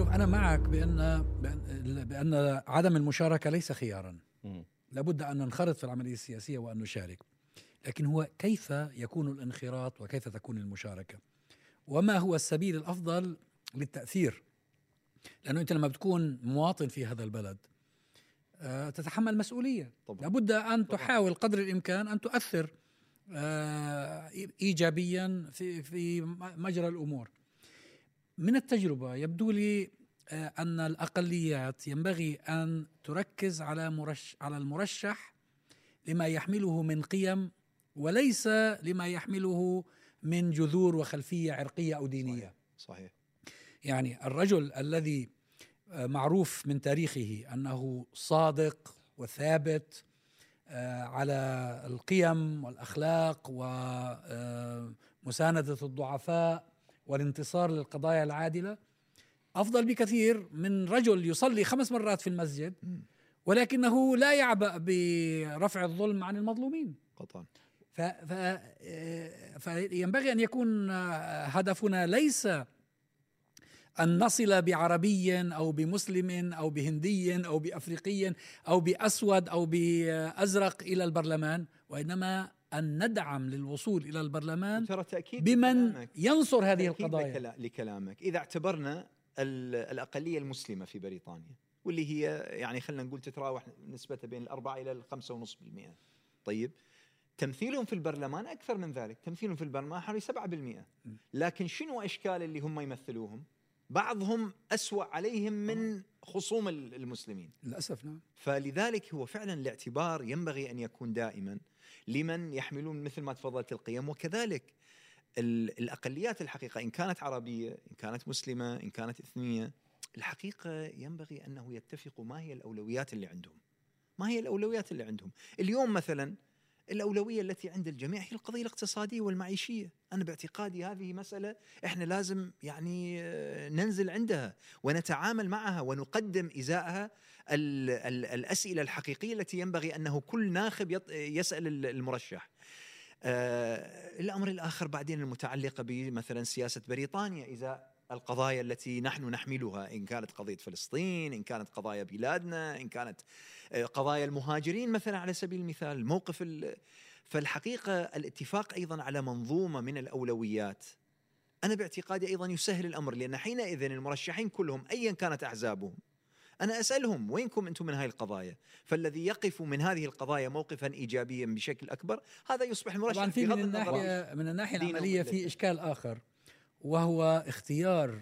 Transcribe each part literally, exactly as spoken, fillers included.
شوف أنا معك بأن بأن, بأن عدم المشاركة ليس خيارا. م. لابد أن ننخرط في العملية السياسية وأن نشارك، لكن هو كيف يكون الانخراط وكيف تكون المشاركة وما هو السبيل الأفضل للتأثير. لأنه أنت لما بتكون مواطن في هذا البلد أه تتحمل مسؤولية. طبعا. لابد أن طبعا. تحاول قدر الإمكان أن تؤثر أه إيجابيا في, في مجرى الأمور. من التجربة يبدو لي أه أن الأقليات ينبغي أن تركز على مرش على المرشح لما يحمله من قيم وليس لما يحمله من جذور وخلفية عرقية أو دينية. صحيح, صحيح. يعني الرجل الذي معروف من تاريخه أنه صادق وثابت على القيم والأخلاق ومساندة الضعفاء والانتصار للقضايا العادلة أفضل بكثير من رجل يصلي خمس مرات في المسجد ولكنه لا يعبأ برفع الظلم عن المظلومين. قطعا. فينبغي أن يكون هدفنا ليس أن نصل بعربي أو بمسلم أو بهندي أو بأفريقي أو بأسود أو بأزرق إلى البرلمان، وإنما أن ندعم للوصول إلى البرلمان بمن ينصر هذه القضايا. لكلامك إذا اعتبرنا الأقلية المسلمة في بريطانيا واللي هي يعني خلنا نقول تتراوح نسبتها بين الأربعة إلى الخمسة ونصف بالمئة، طيب تمثيلهم في البرلمان أكثر من ذلك، تمثيلهم في البرلمان حوالي سبعة بالمئة، لكن شنو أشكال اللي هم يمثلوهم؟ بعضهم أسوأ عليهم من خصوم المسلمين للأسف. نعم. فلذلك هو فعلا الاعتبار ينبغي أن يكون دائما لمن يحملون مثل ما تفضلت القيم، وكذلك الأقليات الحقيقة إن كانت عربية إن كانت مسلمة إن كانت إثنية، الحقيقة ينبغي أنه يتفقوا ما هي الأولويات اللي عندهم. ما هي الأولويات اللي عندهم اليوم؟ مثلا الأولوية التي عند الجميع هي القضية الاقتصادية والمعيشية. أنا باعتقادي هذه مسألة إحنا لازم يعني ننزل عندها ونتعامل معها ونقدم إزاءها الأسئلة الحقيقية التي ينبغي أنه كل ناخب يسأل المرشح. الأمر الآخر بعدين المتعلقة بمثلا سياسة بريطانيا إذا القضايا التي نحن نحملها، إن كانت قضية فلسطين، إن كانت قضايا بلادنا، إن كانت قضايا المهاجرين مثلا على سبيل المثال، الموقف. فالحقيقة الاتفاق أيضا على منظومة من الأولويات أنا باعتقادي أيضا يسهل الأمر، لأن حينئذ المرشحين كلهم أيا كانت أحزابهم أنا أسألهم وينكم أنتم من هذه القضايا، فالذي يقف من هذه القضايا موقفا إيجابيا بشكل أكبر هذا يصبح المرشح. طبعا في من الناحية من الناحية العملية في إشكال آخر، وهو اختيار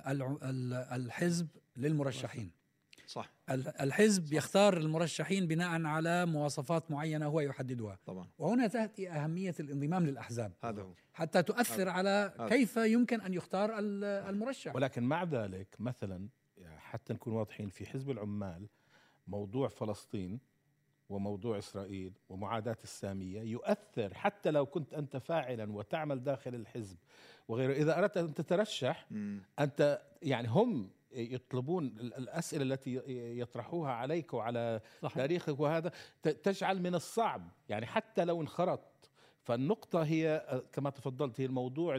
الحزب للمرشحين. صح. الحزب صح. يختار المرشحين بناء على مواصفات معينة هو يحددها. طبعا. وهنا تأتي أهمية الانضمام للأحزاب هذا هو. حتى تؤثر هذا. على هذا. كيف يمكن أن يختار المرشح. ولكن مع ذلك مثلا حتى نكون واضحين، في حزب العمال موضوع فلسطين وموضوع إسرائيل ومعاداة السامية يؤثر حتى لو كنت أنت فاعلا وتعمل داخل الحزب وغيره. إذا أردت أن تترشح م. أنت يعني هم يطلبون الأسئلة التي يطرحوها عليك وعلى صحيح. تاريخك، وهذا تجعل من الصعب يعني حتى لو انخرطت. فالنقطة هي كما تفضلت هي الموضوع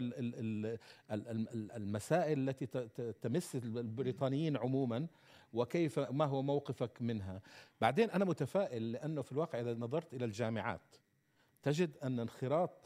المسائل التي تمس البريطانيين عموما وكيف ما هو موقفك منها. بعدين أنا متفائل لأنه في الواقع إذا نظرت إلى الجامعات تجد أن انخراط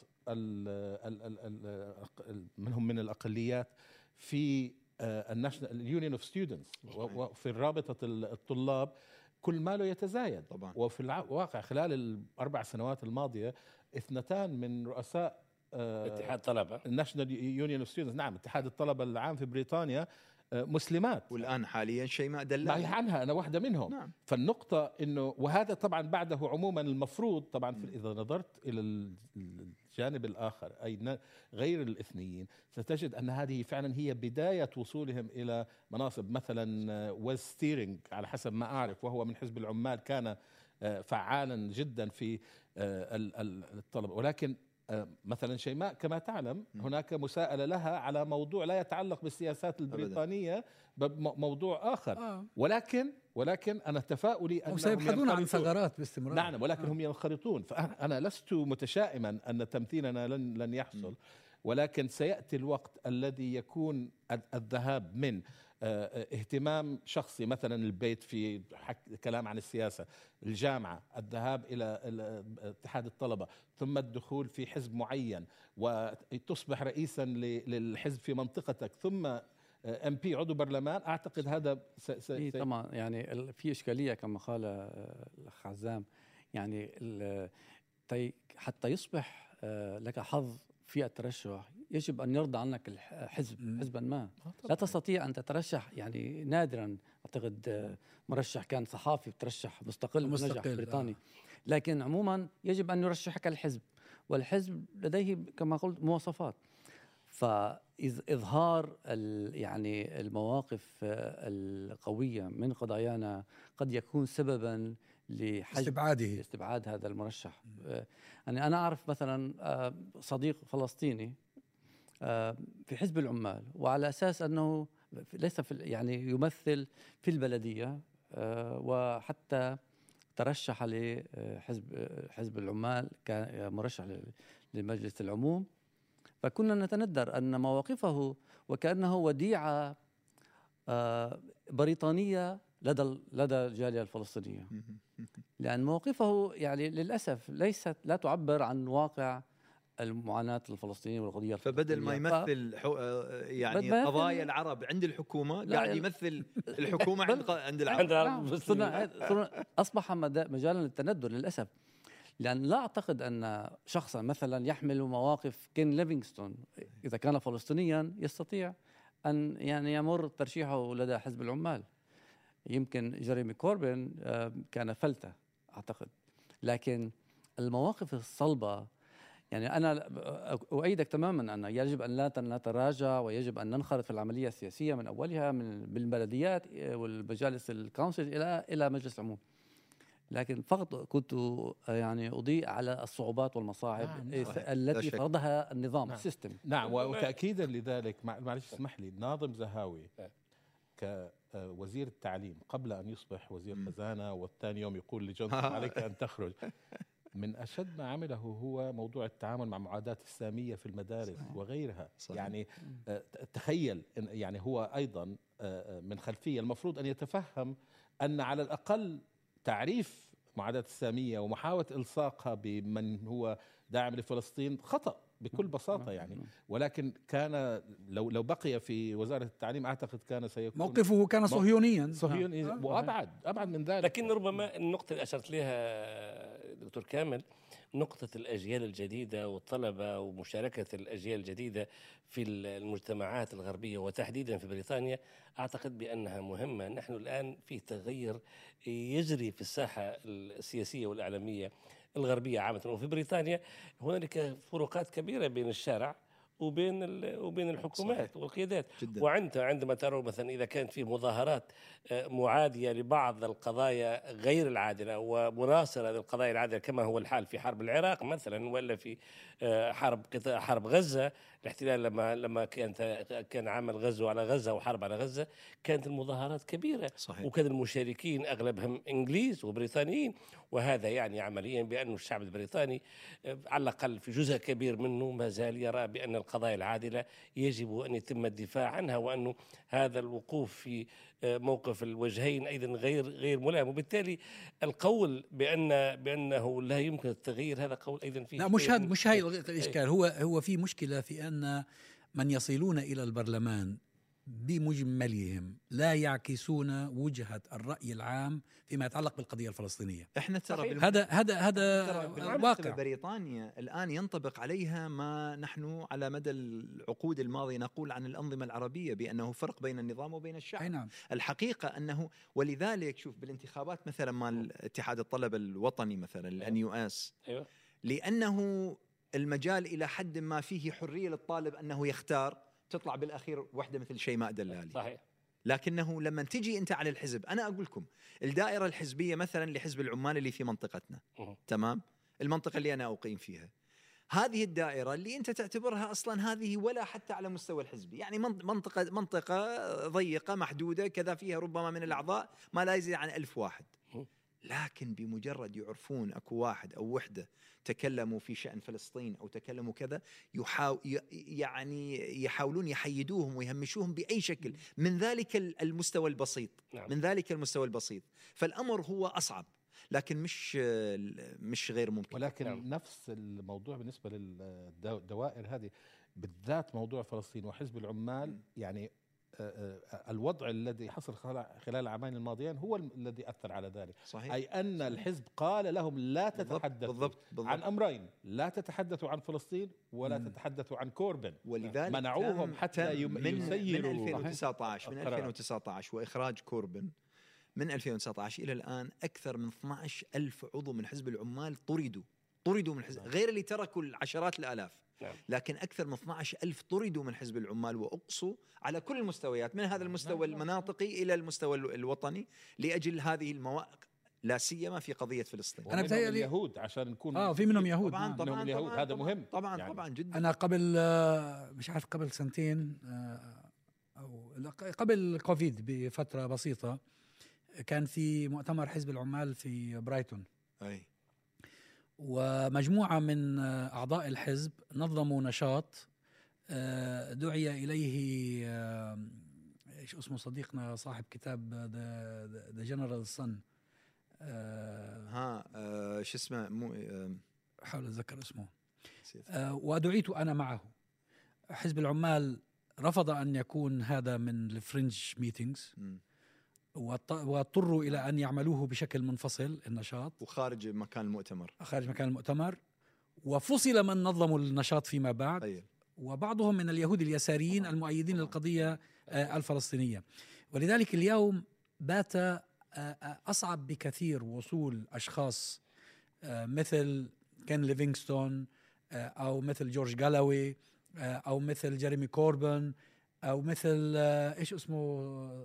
منهم من الأقليات في الناشونال يونيون اوف ستودنتس وفي رابطة الطلاب كل ماله يتزايد طبعا. وفي الواقع خلال الأربع سنوات الماضية اثنتان من رؤساء اتحاد طلبة الناشونال يونيون اوف ستودنتس، نعم اتحاد الطلبة العام في بريطانيا، مسلمات، والآن حاليا شيماء دلال عنها أنا واحدة منهم. نعم. فالنقطة إنه وهذا طبعا بعده عموما المفروض طبعا في إذا نظرت إلى الجانب الآخر أي غير الإثنيين ستجد أن هذه فعلا هي بداية وصولهم إلى مناصب. مثلا ويز ستيرينج على حسب ما أعرف وهو من حزب العمال كان فعالا جدا في الطلبة، ولكن مثلا شيماء كما تعلم هناك مساءلة لها على موضوع لا يتعلق بالسياسات البريطانية بموضوع آخر. آه. ولكن ولكن أنا تفاؤلي أنهم سيبحثون عن ثغرات باستمرار. نعم، ولكن آه. هم ينخرطون. فأنا لست متشائما أن تمثيلنا لن لن يحصل، ولكن سيأتي الوقت الذي يكون الذهاب من اهتمام شخصي، مثلا البيت في كلام عن السياسة، الجامعة، الذهاب إلى اتحاد الطلبة، ثم الدخول في حزب معين وتصبح رئيسا للحزب في منطقتك، ثم ام بي عضو برلمان. اعتقد هذا س س س طبعا يعني في اشكاليه كما قال الاخ عزام، يعني حتى يصبح لك حظ في الترشح يجب ان يرضى عنك الحزب حزبا ما. لا تستطيع ان تترشح، يعني نادرا اعتقد مرشح كان صحافي بترشح مستقل ونجح بريطاني، لكن عموما يجب ان يرشحك الحزب، والحزب لديه كما قلت مواصفات. فإظهار يعني المواقف القوية من قضايانا قد يكون سببا لاستبعاده استبعاد هذا المرشح. يعني أنا أعرف مثلا صديق فلسطيني في حزب العمال، وعلى أساس أنه ليس في يعني يمثل في البلدية، وحتى ترشح لحزب حزب العمال كمرشح لمجلس العموم، فكنا نتندر أن مواقفه وكأنه وديعة بريطانية لدى لدى الجالية الفلسطينية، لأن مواقفه يعني للأسف ليست لا تعبر عن واقع المعاناة الفلسطينية والقضية الفلسطينية. فبدل ما يمثل ف... يعني قضايا العرب عند الحكومة قاعد يمثل الحكومة عند عند العرب. أصبح مجالا للتندر للأسف، لأن لا أعتقد أن شخصا مثلا يحمل مواقف كين ليفينغستون إذا كان فلسطينيا يستطيع أن يعني يمر ترشيحه لدى حزب العمال. يمكن جيريمي كوربين كان فلتة أعتقد، لكن المواقف الصلبة يعني أنا أؤيدك تماما أن يجب أن لا نتراجع، ويجب أن ننخرط في العملية السياسية من أولها من بالبلديات والمجالس الكونسل إلى إلى مجلس العموم، لكن فقط كنت يعني أضيء على الصعوبات والمصاعب نعم. التي فرضها النظام نعم. السيستم. نعم، وتأكيدا لذلك معلش اسمح لي، ناظم زهاوي كوزير التعليم قبل أن يصبح وزير خزانة، والثاني يوم يقول لجونسون عليك أن تخرج، من أشد ما عمله هو موضوع التعامل مع معاداة السامية في المدارس صحيح. وغيرها صحيح. يعني تخيل يعني هو أيضا من خلفية المفروض أن يتفهم أن على الأقل تعريف معاداة السامية ومحاولة إلصاقها بمن هو داعم لفلسطين خطأ بكل بساطة يعني، ولكن كان لو لو بقي في وزارة التعليم أعتقد كان سيكون موقفه كان صهيونيا صهيوني آه. وأبعد أبعد من ذلك. لكن ربما النقطة اللي أشرت لها دكتور كامل، نقطة الأجيال الجديدة والطلبة ومشاركة الأجيال الجديدة في المجتمعات الغربية وتحديدا في بريطانيا، أعتقد بأنها مهمة. نحن الآن في تغير يجري في الساحة السياسية والإعلامية الغربية عامة، وفي بريطانيا هنالك فروقات كبيرة بين الشارع وبين وبين الحكومات صحيح. والقيادات جداً. وعند عندما ترى مثلا إذا كانت في مظاهرات معادية لبعض القضايا غير العادلة ومناصرة للقضايا العادلة كما هو الحال في حرب العراق مثلا، ولا في حرب حرب غزة الاحتلال، لما لما كانت كان عمل غزو على غزة وحرب على غزة، كانت المظاهرات كبيرة صحيح. وكان المشاركين أغلبهم إنجليز وبريطانيين، وهذا يعني عمليا بأن الشعب البريطاني على الأقل في جزء كبير منه ما زال يرى بأن القضايا العادلة يجب أن يتم الدفاع عنها، وأنه هذا الوقوف في موقف الوجهين أيضا غير غير ملائم، وبالتالي القول بأن بأنه لا يمكن التغيير هذا قول أيضا فيه لا مش هذا مش هاي الإشكال. هو هو في مشكلة في أن من يصلون إلى البرلمان بمجملهم لا يعكسون وجهة الرأي العام فيما يتعلق بالقضية الفلسطينية. احنا ترى هذا هذا هذا الواقع. بريطانيا الآن ينطبق عليها ما نحن على مدى العقود الماضية نقول عن الأنظمة العربية بأنه فرق بين النظام وبين الشعب. نعم. الحقيقة أنه ولذلك شوف بالانتخابات مثلا مال اتحاد الطلبة الوطني مثلا الان يو اس أيوة. لأنه المجال إلى حد ما فيه حرية للطالب أنه يختار، تطلع بالأخير وحدة مثل شيماء دلالي صحيح. لكنه لما تجي أنت على الحزب، أنا أقول لكم الدائرة الحزبية مثلا لحزب العمال اللي في منطقتنا أه. تمام، المنطقة اللي أنا أقيم فيها، هذه الدائرة اللي أنت تعتبرها أصلا هذه ولا حتى على مستوى الحزبي، يعني منطقة منطقة ضيقة محدودة كذا، فيها ربما من الأعضاء ما لا يزيد عن ألف واحد. لكن بمجرد يعرفون أكو واحد أو وحدة تكلموا في شأن فلسطين أو تكلموا كذا، يحاو يعني يحاولون يحيدوهم ويهمشوهم بأي شكل من ذلك المستوى البسيط. نعم. من ذلك المستوى البسيط. فالأمر هو أصعب، لكن مش مش غير ممكن. ولكن نعم. نفس الموضوع بالنسبة للدوائر هذه بالذات، موضوع فلسطين وحزب العمال م. يعني الوضع الذي حصل خلال العامين الماضيين هو الذي أثر على ذلك. صحيح. أي أن صحيح. الحزب قال لهم لا تتحدثوا بالضبط. بالضبط. عن أمرين، لا تتحدثوا عن فلسطين ولا م. تتحدثوا عن كوربن، ولذلك منعوهم حتى من يسيروا من ألفين وتسعة عشر من ألفين وتسعة عشر وإخراج كوربن من ألفين وتسعة عشر إلى الآن أكثر من اثني عشر ألف عضو من حزب العمال طردوا طردوا من حزب، غير اللي تركوا العشرات الآلاف. نعم. لكن أكثر من اثني عشر ألف طردوا من حزب العمال وأقصوا على كل المستويات، من هذا المستوى المناطقي إلى المستوى الوطني، لأجل هذه المواقف، لا سيما في قضية فلسطين. أنا بتهيألي اليهود عشان نكون آه في منهم يهود طبعا طبعا, اليهود طبعاً هذا مهم طبعا يعني. طبعا جدا. أنا قبل مش عارف قبل سنتين أو قبل كوفيد بفترة بسيطة كان في مؤتمر حزب العمال في برايتون. أي. ومجموعة من أعضاء الحزب نظموا نشاط دعي إليه إيش اسمه صديقنا صاحب كتاب The General Sun. ها آه شو اسمه مو آه حاول أتذكر اسمه. آه ودعيت أنا معه. حزب العمال رفض أن يكون هذا من الفرنج ميتينجز، واضطروا إلى أن يعملوه بشكل منفصل النشاط وخارج مكان المؤتمر خارج مكان المؤتمر، وفصل من نظموا النشاط فيما بعد. أيه. وبعضهم من اليهود اليساريين المؤيدين للقضية الفلسطينية. ولذلك اليوم بات أصعب بكثير وصول أشخاص مثل كين ليفينغستون أو مثل جورج جالاوي أو مثل جيريمي كوربن أو مثل إيش اسمه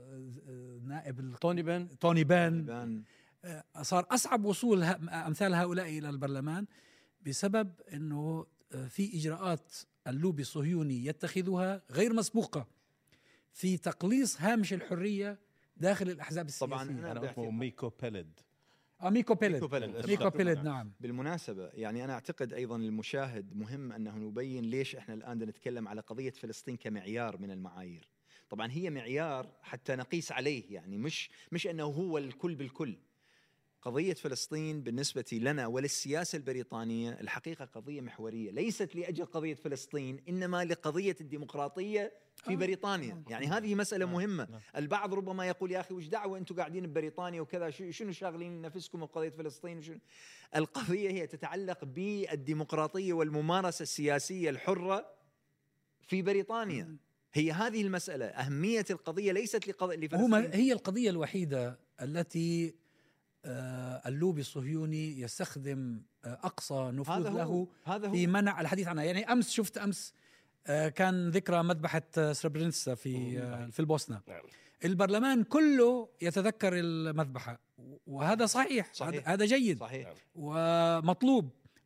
نائب توني بن توني بن صار أصعب وصول أمثال هؤلاء إلى البرلمان بسبب أنه في إجراءات اللوبي الصهيوني يتخذها غير مسبوقة في تقليص هامش الحرية داخل الأحزاب السياسية. طبعا أنا اسمه ميكو بيلد ميكو بيلد ميكو بيلد نعم. بالمناسبة يعني أنا أعتقد أيضا المشاهد مهم أنه نبين ليش إحنا الآن نتكلم على قضية فلسطين كمعيار من المعايير. طبعا هي معيار حتى نقيس عليه، يعني مش مش أنه هو الكل بالكل. قضية فلسطين بالنسبة لنا وللسياسة البريطانية الحقيقة قضية محورية، ليست لأجل قضية فلسطين إنما لقضية الديمقراطية في بريطانيا. يعني هذه مسألة مهمة. البعض ربما يقول يا أخي وش دعوة أنتم قاعدين ببريطانيا وكذا، شنو شاغلين نفسكم بقضية فلسطين؟ القضية هي تتعلق بالديمقراطية والممارسة السياسية الحرة في بريطانيا. هي هذه المسألة، أهمية القضية ليست لفلسطين. هي القضية الوحيدة التي آه اللوبي الصهيوني يستخدم آه أقصى نفوذ له في منع الحديث عنها. يعني أمس شفت أمس آه كان ذكرى مذبحة آه سربرينيتسا في آه في البوسنة. نعم. البرلمان كله يتذكر المذبحة، وهذا صحيح, صحيح. هذا جيد صحيح. ومطلوب،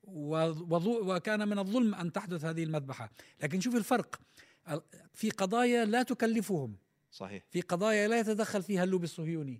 وكان من الظلم أن تحدث هذه المذبحة. لكن شوف الفرق في قضايا لا تكلفهم، صحيح، في قضايا لا يتدخل فيها اللوبي الصهيوني.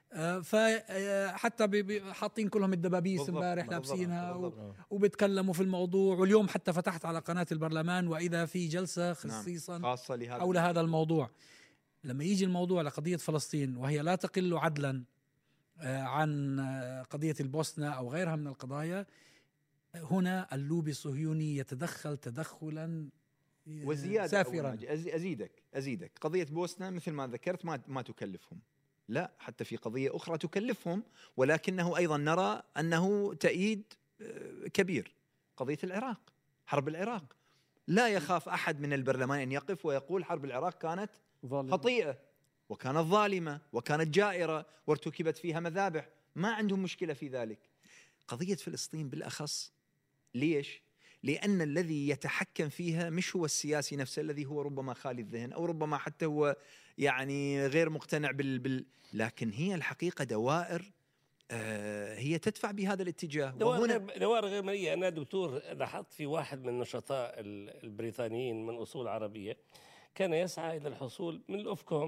فحتى حاطين كلهم الدبابيس امبارح لابسينها وبيتكلموا في الموضوع. واليوم حتى فتحت على قناة البرلمان وإذا في جلسة خصيصا نعم. خاصة لهذا حول هذا الموضوع. لما يجي الموضوع لقضية فلسطين وهي لا تقل عدلا عن قضية البوسنة أو غيرها من القضايا، هنا اللوبي الصهيوني يتدخل تدخلا وزيادة سافرا. أزيدك أزيدك قضية بوسنة مثل ما ذكرت ما ما تكلفهم، لا حتى في قضية أخرى تكلفهم، ولكنه أيضا نرى أنه تأييد كبير. قضية العراق، حرب العراق، لا يخاف أحد من البرلمان أن يقف ويقول حرب العراق كانت ظالمة. خطيئة وكانت ظالمة وكانت جائرة وارتكبت فيها مذابح، ما عندهم مشكلة في ذلك. قضية فلسطين بالأخص ليش؟ لأن الذي يتحكم فيها مش هو السياسي نفسه الذي هو ربما خالي الذهن أو ربما حتى هو يعني غير مقتنع بال, بال... لكن هي الحقيقة دوائر آه هي تدفع بهذا الاتجاه. دوائر, دوائر غير مرئية. أنا دكتور لاحظت في واحد من النشطاء البريطانيين من أصول عربية كان يسعى إلى الحصول من الأوفكوم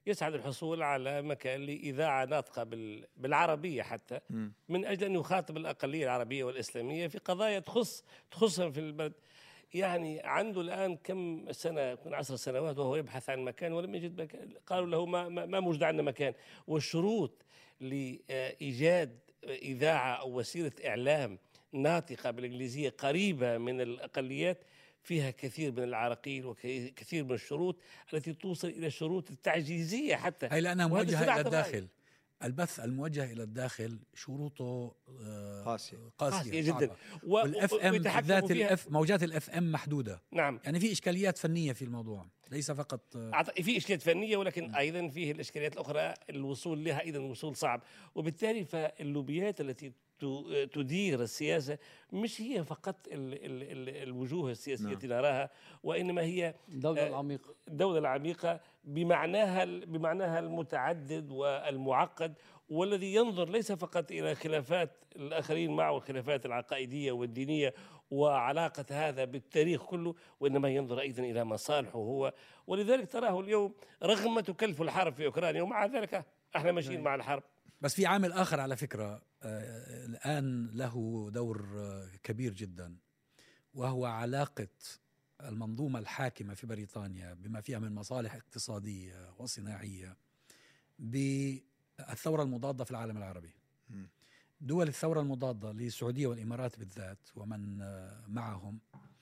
يسعى للحصول على مكان لإذاعة ناطقة بالعربية حتى من أجل أن يخاطب الأقلية العربية والإسلامية في قضايا تخص تخصهم في البلد. يعني عنده الآن كم سنة، يكون عشر سنوات وهو يبحث عن مكان ولم يجد مكان. قالوا له ما ما موجود عندنا مكان. والشروط لإيجاد إذاعة أو وسيلة إعلام ناطقة بالإنجليزية قريبة من الأقليات فيها كثير من العراقيل وكثير من الشروط التي توصل إلى الشروط التعجيزية حتى. هي لأنها موجهة إلى الداخل. البث الموجه إلى الداخل شروطه قاسية قاسية جدا. والاف ام ذات الاف موجات الاف ام محدودة. نعم. يعني في إشكاليات فنية في الموضوع، ليس فقط في إشكاليات فنية، ولكن أيضا فيه الإشكاليات الأخرى الوصول لها أيضا وصول صعب. وبالتالي فاللوبيات التي تدير السياسة مش هي فقط ال ال ال الوجوه السياسية التي نراها، وإنما هي الدولة العميقة الدولة العميقة بمعناها بمعناها المتعدد والمعقد، والذي ينظر ليس فقط إلى خلافات الآخرين معه والخلافات العقائدية والدينية وعلاقة هذا بالتاريخ كله، وإنما ينظر أيضا إلى مصالحه هو. ولذلك تراه اليوم رغم تكلف الحرب في أوكرانيا ومع ذلك احنا ماشيين مع الحرب. بس في عامل آخر على فكرة آه الآن له دور آه كبير جدا، وهو علاقة المنظومة الحاكمة في بريطانيا بما فيها من مصالح اقتصادية وصناعية بالثورة المضادة في العالم العربي. دول الثورة المضادة للسعودية والإمارات بالذات ومن آه معهم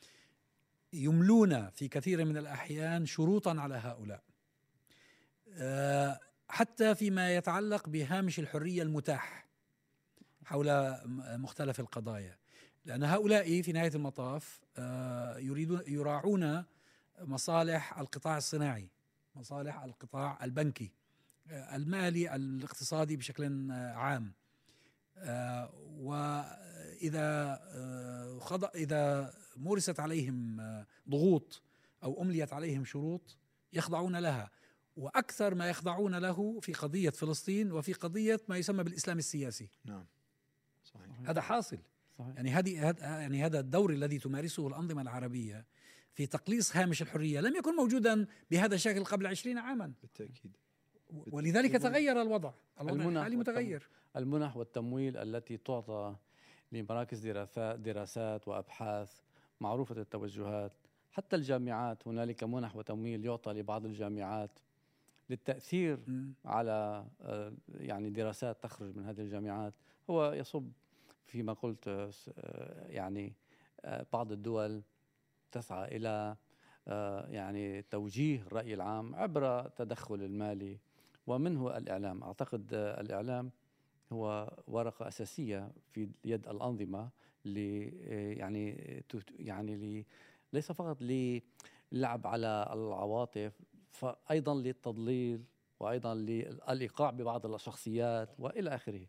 يملون في كثير من الأحيان شروطا على هؤلاء، آه حتى فيما يتعلق بهامش الحرية المتاح حول مختلف القضايا، لأن هؤلاء في نهاية المطاف يريدون يراعون مصالح القطاع الصناعي، مصالح القطاع البنكي المالي الاقتصادي بشكل عام. وإذا خضع إذا مورست عليهم ضغوط أو أمليت عليهم شروط يخضعون لها، وأكثر ما يخضعون له في قضية فلسطين وفي قضية ما يسمى بالإسلام السياسي. نعم صحيح. هذا حاصل صحيح. يعني هذه يعني هذا الدور الذي تمارسه الأنظمة العربية في تقليص هامش الحرية لم يكن موجودا بهذا الشكل قبل عشرين عاما بالتأكيد، ولذلك تغير الوضع. الوضع الحالي متغير. المنح والتمويل التي تعطى لمراكز دراسات دراسات وأبحاث معروفة التوجهات، حتى الجامعات هنالك منح وتمويل يعطى لبعض الجامعات للتأثير م. على يعني دراسات تخرج من هذه الجامعات، هو يصب فيما قلت يعني بعض الدول تسعى إلى يعني توجيه الرأي العام عبر التدخل المالي ومنه الإعلام. أعتقد الإعلام هو ورقة أساسية في يد الأنظمة ل يعني يعني ل ليس فقط للعب على العواطف، فأيضا للتضليل وأيضا للإيقاع ببعض الشخصيات وإلى آخره.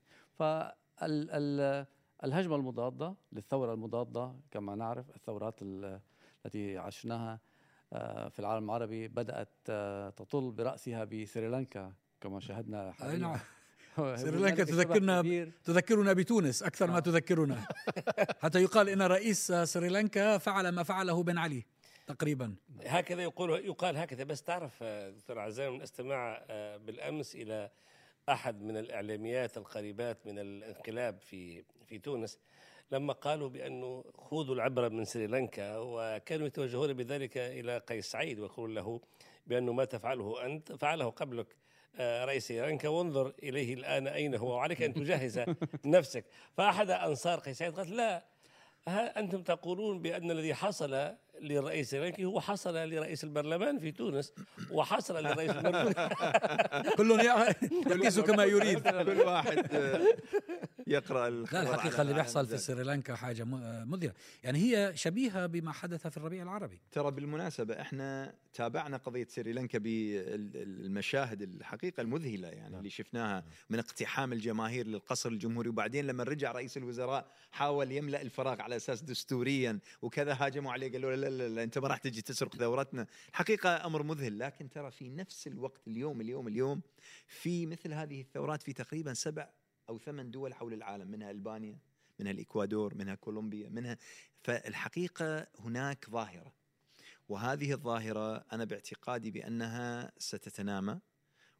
فالهجمة المضادة للثورة المضادة كما نعرف الثورات التي عشناها في العالم العربي بدأت تطل برأسها بسريلانكا كما شاهدنا حاليا. سريلانكا تذكرنا تذكرنا بتونس أكثر ما تذكرنا، حتى يقال إن رئيس سريلانكا فعل ما فعله بن علي تقريبا. هكذا يقول يقال هكذا. بس تعرف دكتور عزام، استمع بالأمس إلى أحد من الإعلاميات القريبات من الانقلاب في في تونس لما قالوا بأنه خذوا العبرة من سريلانكا، وكانوا يتوجهون بذلك إلى قيس سعيد ويقولون له بأنه ما تفعله أنت فعله قبلك رئيس سريلانكا، وانظر إليه الآن أين هو وعليك أن تجهز نفسك. فأحد أنصار قيس سعيد قال لا، أنتم تقولون بأن الذي حصل للرئيس سريلانكي هو حصل لرئيس البرلمان في تونس وحصل لرئيس البرلمان. كل يقيس كما يريد، كل واحد يقرأ. لا الحقيقة اللي بيحصل في سريلانكا حاجة مذهلة، يعني هي شبيهة بما حدث في الربيع العربي. ترى بالمناسبة احنا تابعنا قضية سريلانكا بالمشاهد الحقيقة المذهلة يعني م. اللي شفناها من اقتحام الجماهير للقصر الجمهوري، وبعدين لما رجع رئيس الوزراء حاول يملأ الفراغ على أساس دستوريا وكذا هاجموا عليه قالوا لا لا لا أنت ما راح تجي تسرق ثورتنا. الحقيقة أمر مذهل. لكن ترى في نفس الوقت اليوم اليوم اليوم في مثل هذه الثورات في تقريبا سبع أو ثمان دول حول العالم، منها ألبانيا، منها الإكوادور، منها كولومبيا، منها. فالحقيقة هناك ظاهرة، وهذه الظاهرة أنا باعتقادي بأنها ستتنامى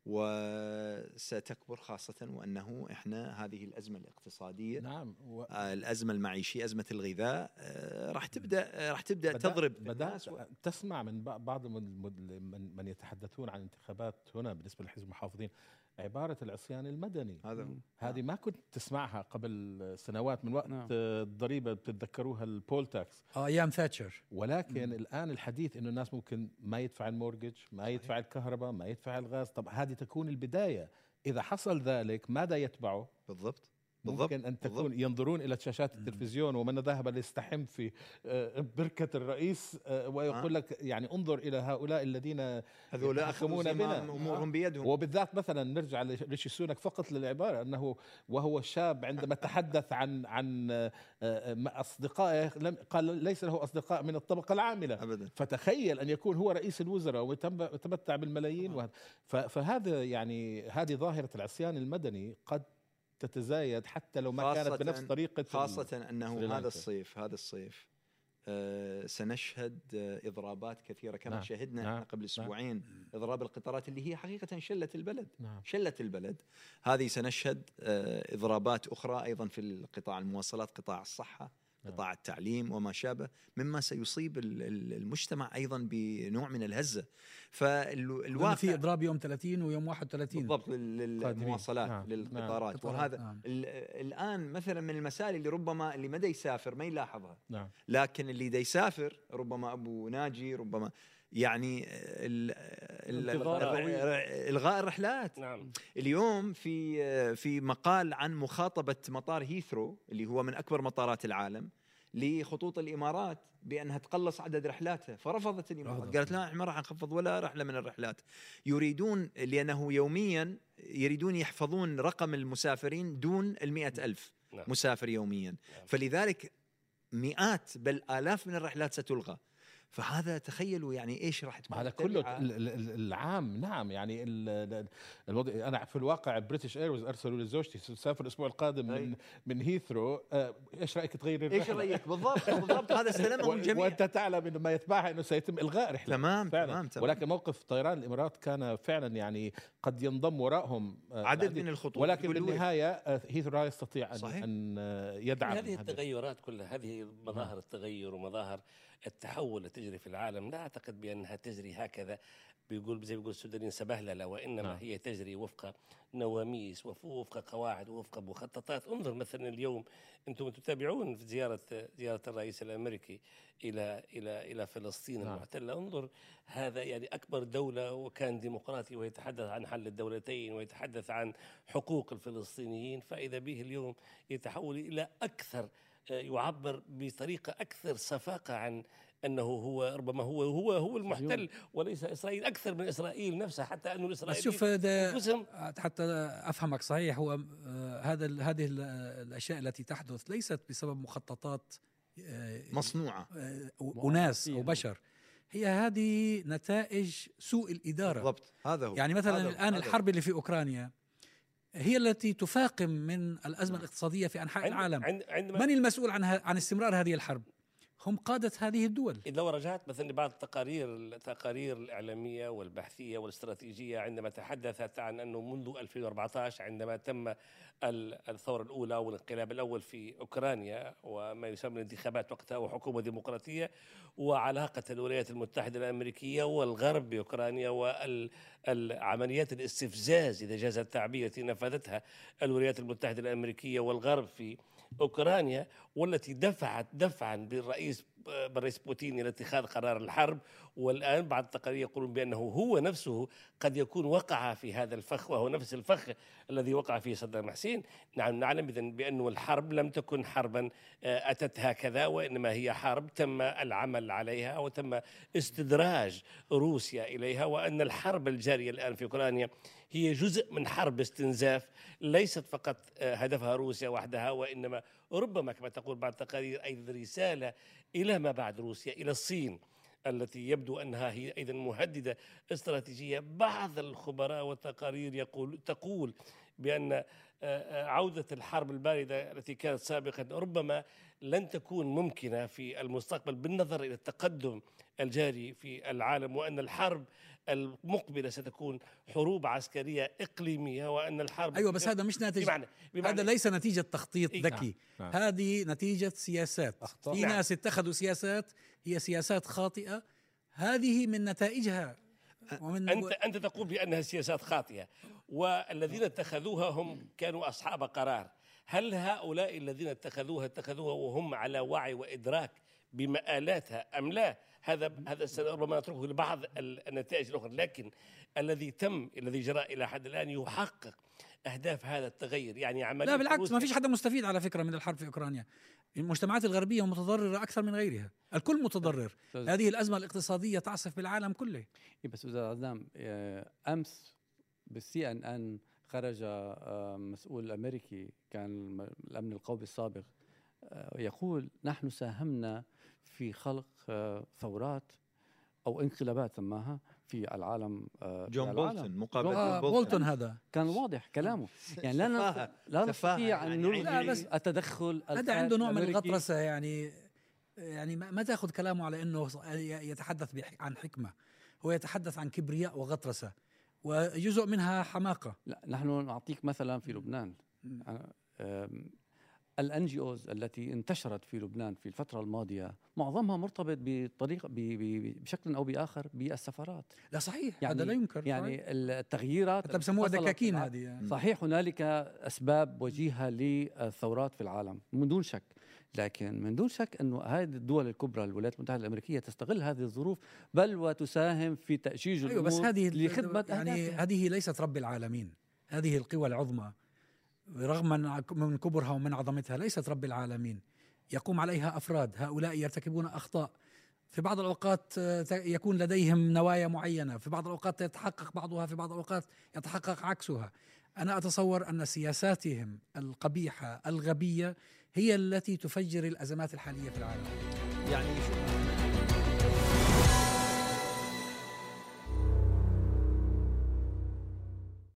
وستكبر، خاصة وأنه إحنا هذه الأزمة الاقتصادية، نعم، و... الأزمة المعيشية، أزمة الغذاء، راح تبدأ راح تبدأ بدأ تضرب بدأت و... تسمع من بعض من من يتحدثون عن انتخابات هنا بالنسبة لحزب المحافظين عبارة العصيان المدني. هذا هذه ما كنت تسمعها قبل سنوات من وقت نعم. الضريبة بتتذكروها البول تاكس ايام ثاتشر. ولكن مم. الآن الحديث إنه الناس ممكن ما يدفع المورجج، ما يدفع الكهرباء، ما يدفع الغاز. طب هذه تكون البداية. إذا حصل ذلك ماذا يتبعه؟ بالضبط. ممكن أن تكون بالضبط. ينظرون إلى شاشات التلفزيون ومن ذهب ليستحم في بركة الرئيس ويقول لك يعني انظر إلى هؤلاء الذين هؤلاء يحكمون بنا، أمورهم بيدهم. وبالذات مثلا نرجع لريشي سوناك فقط للعبارة أنه وهو شاب عندما تحدث عن عن أصدقائه قال ليس له أصدقاء من الطبقة العاملة أبدا. فتخيل أن يكون هو رئيس الوزراء ويتمتع بالملايين. فهذا يعني هذه ظاهرة العصيان المدني قد تتزايد حتى لو ما كانت بنفس طريقة، خاصة أنه هذا الصيف هذا الصيف آه سنشهد آه إضرابات كثيرة كما نعم. شهدنا نعم. قبل أسبوعين. نعم. إضراب القطارات اللي هي حقيقة شلت البلد. نعم. شلت البلد. هذه سنشهد آه إضرابات أخرى أيضا في القطاع المواصلات، قطاع الصحة، قطاع التعليم وما شابه، مما سيصيب المجتمع أيضا بنوع من الهزة. فالواقع في إضراب يوم ثلاثين ويوم واحد وثلاثين بالضبط للمواصلات. نعم. للقطارات. نعم. وهذا نعم. الآن مثلا من المسائل اللي ربما اللي ما يسافر ما يلاحظها. نعم. لكن اللي دا يسافر ربما أبو ناجي ربما يعني إلغاء الرحلات. نعم. اليوم في في مقال عن مخاطبة مطار هيثرو اللي هو من أكبر مطارات العالم لخطوط الإمارات بأنها تقلص عدد رحلاتها، فرفضت الإمارات. قالت لا احنا ما راح نخفض ولا رحلة من الرحلات. يريدون لأنه يوميا يريدون يحفظون رقم المسافرين دون المئة ألف نعم. مسافر يوميا. نعم. فلذلك مئات بل آلاف من الرحلات ستلغى. فهذا تخيلوا يعني ايش راح تكون هذا كله العام. نعم يعني الوضع. انا في الواقع بريتش ايرويز ارسلوا لزوجتي تسافر الاسبوع القادم من من هيثرو، ايش رايك تغير الرحله؟ ايش رايك بالضبط بالضبط هذا استلمه الجميع وانت تعلم انه ما يتبعها انه سيتم الغاء رحله. تمام تمام تمام. ولكن موقف طيران الامارات كان فعلا يعني قد ينضم وراءهم عدد من الخطوط، ولكن بالنهايه هيثرو لا يستطيع صحيح. ان يدعم هذه التغيرات كلها. هذه مظاهر التغير ومظاهر التحول اللي تجري في العالم لا أعتقد بأنها تجري هكذا بيقول زي بيقول السودانيين سبهللة، وإنما نعم. هي تجري وفق نواميس ووفق قواعد ووفق مخططات. انظر مثلا اليوم أنتم تتابعون في زيارة زيارة الرئيس الأمريكي إلى إلى إلى فلسطين نعم. المحتلة. انظر هذا يعني أكبر دولة وكان ديمقراطي ويتحدث عن حل الدولتين ويتحدث عن حقوق الفلسطينيين، فإذا به اليوم يتحول إلى أكثر يعبر بطريقة أكثر صفاقة عن أنه هو ربما هو هو هو المحتل وليس إسرائيل، أكثر من إسرائيل نفسها. حتى أنه الإسرائيلي شوف حتى أفهمك صحيح، هو هذا هذه الأشياء التي تحدث ليست بسبب مخططات مصنوعة أناس أو بشر، هي هذه نتائج سوء الإدارة. بالضبط هذا هو. يعني مثلا الآن الحرب اللي في أوكرانيا هي التي تفاقم من الأزمة الاقتصادية في أنحاء عند العالم. عند من المسؤول عن عن استمرار هذه الحرب؟ هم قادة هذه الدول. لو رجعت مثلا لبعض التقارير التقارير الإعلامية والبحثية والاستراتيجية عندما تحدثت عن أنه منذ ألفين وأربعة عشر عندما تم الثورة الأولى والانقلاب الأول في أوكرانيا وما يسمى الانتخابات وقتها وحكومة ديمقراطية، وعلاقة الولايات المتحدة الأمريكية والغرب بأوكرانيا والعمليات الاستفزاز إذا جاز التعبير التي نفذتها الولايات المتحدة الأمريكية والغرب في أوكرانيا، والتي دفعت دفعا بالرئيس بالرئيس بوتين إلى اتخاذ قرار الحرب. والآن بعض التقارير يقولون بأنه هو نفسه قد يكون وقع في هذا الفخ، وهو نفس الفخ الذي وقع فيه صدام حسين. نعم نعلم إذن بأنه الحرب لم تكن حربا أتت هكذا، وإنما هي حرب تم العمل عليها وتم استدراج روسيا إليها، وأن الحرب الجارية الآن في أوكرانيا هي جزء من حرب استنزاف ليست فقط هدفها روسيا وحدها، وإنما ربما كما تقول بعض التقارير أيضا رسالة إلى ما بعد روسيا، إلى الصين التي يبدو أنها هي أيضا مهددة استراتيجية. بعض الخبراء والتقارير يقول تقول بأن عودة الحرب الباردة التي كانت سابقا ربما لن تكون ممكنة في المستقبل بالنظر إلى التقدم الجاري في العالم، وأن الحرب المقبلة ستكون حروب عسكرية إقليمية، وأن الحرب أيوة بس هذا مش ناتج بمعنى بمعنى هذا ليس نتيجة تخطيط إيه ذكي. نعم. هذه نتيجة سياسات أخطاء. في ناس اتخذوا سياسات هي سياسات خاطئة، هذه من نتائجها. ومن أنت أنت تقول بأنها سياسات خاطئة، والذين اتخذوها هم كانوا أصحاب قرار. هل هؤلاء الذين اتخذوها اتخذوها وهم على وعي وإدراك بمآلاتها أم لا؟ هذا هذا ربما نتركه لبعض النتائج الأخرى، لكن الذي تم الذي جرى إلى حد الآن يحقق أهداف هذا التغير. يعني عملية لا بالعكس، ما فيش حدا مستفيد على فكرة من الحرب في أوكرانيا. المجتمعات الغربية متضررة أكثر من غيرها، الكل متضرر. هذه الأزمة الاقتصادية تعصف بالعالم كله. بس أستاذ عدنان، أمس بالسي ان ان خرج مسؤول أمريكي كان الأمن القومي السابق يقول نحن ساهمنا في خلق ثورات أو انقلابات سماها في العالم. جون بولتون مقابل آه بولتون هذا كان واضح كلامه. يعني لا لا نستطيع أن نلغي التدخل. هذا عنده نوع من الغطرسة. يعني يعني ما تأخذ كلامه على أنه يتحدث عن حكمة، هو يتحدث عن كبرياء وغطرسة وجزء منها حماقة. لا نحن نعطيك مثلا في لبنان الان جي اوز التي انتشرت في لبنان في الفترة الماضية معظمها مرتبط بطريقة بشكل أو بآخر بالسفارات. لا صحيح، يعني هذا لا ينكر. يعني التغييرات حتى بسموها دكاكين هذه. يعني. صحيح هنالك أسباب وجيهة للثورات في العالم من دون شك، لكن من دون شك أنه هذه الدول الكبرى الولايات المتحدة الأمريكية تستغل هذه الظروف بل وتساهم في تأشيج أيوة الأمور. بس هذه لخدمة يعني هذه ليست رب العالمين. هذه القوى العظمى رغم من كبرها ومن عظمتها ليست رب العالمين، يقوم عليها أفراد. هؤلاء يرتكبون أخطاء، في بعض الأوقات يكون لديهم نوايا معينة، في بعض الأوقات يتحقق بعضها، في بعض الأوقات يتحقق عكسها. أنا أتصور أن سياساتهم القبيحة الغبية هي التي تفجر الأزمات الحالية في العالم. يعني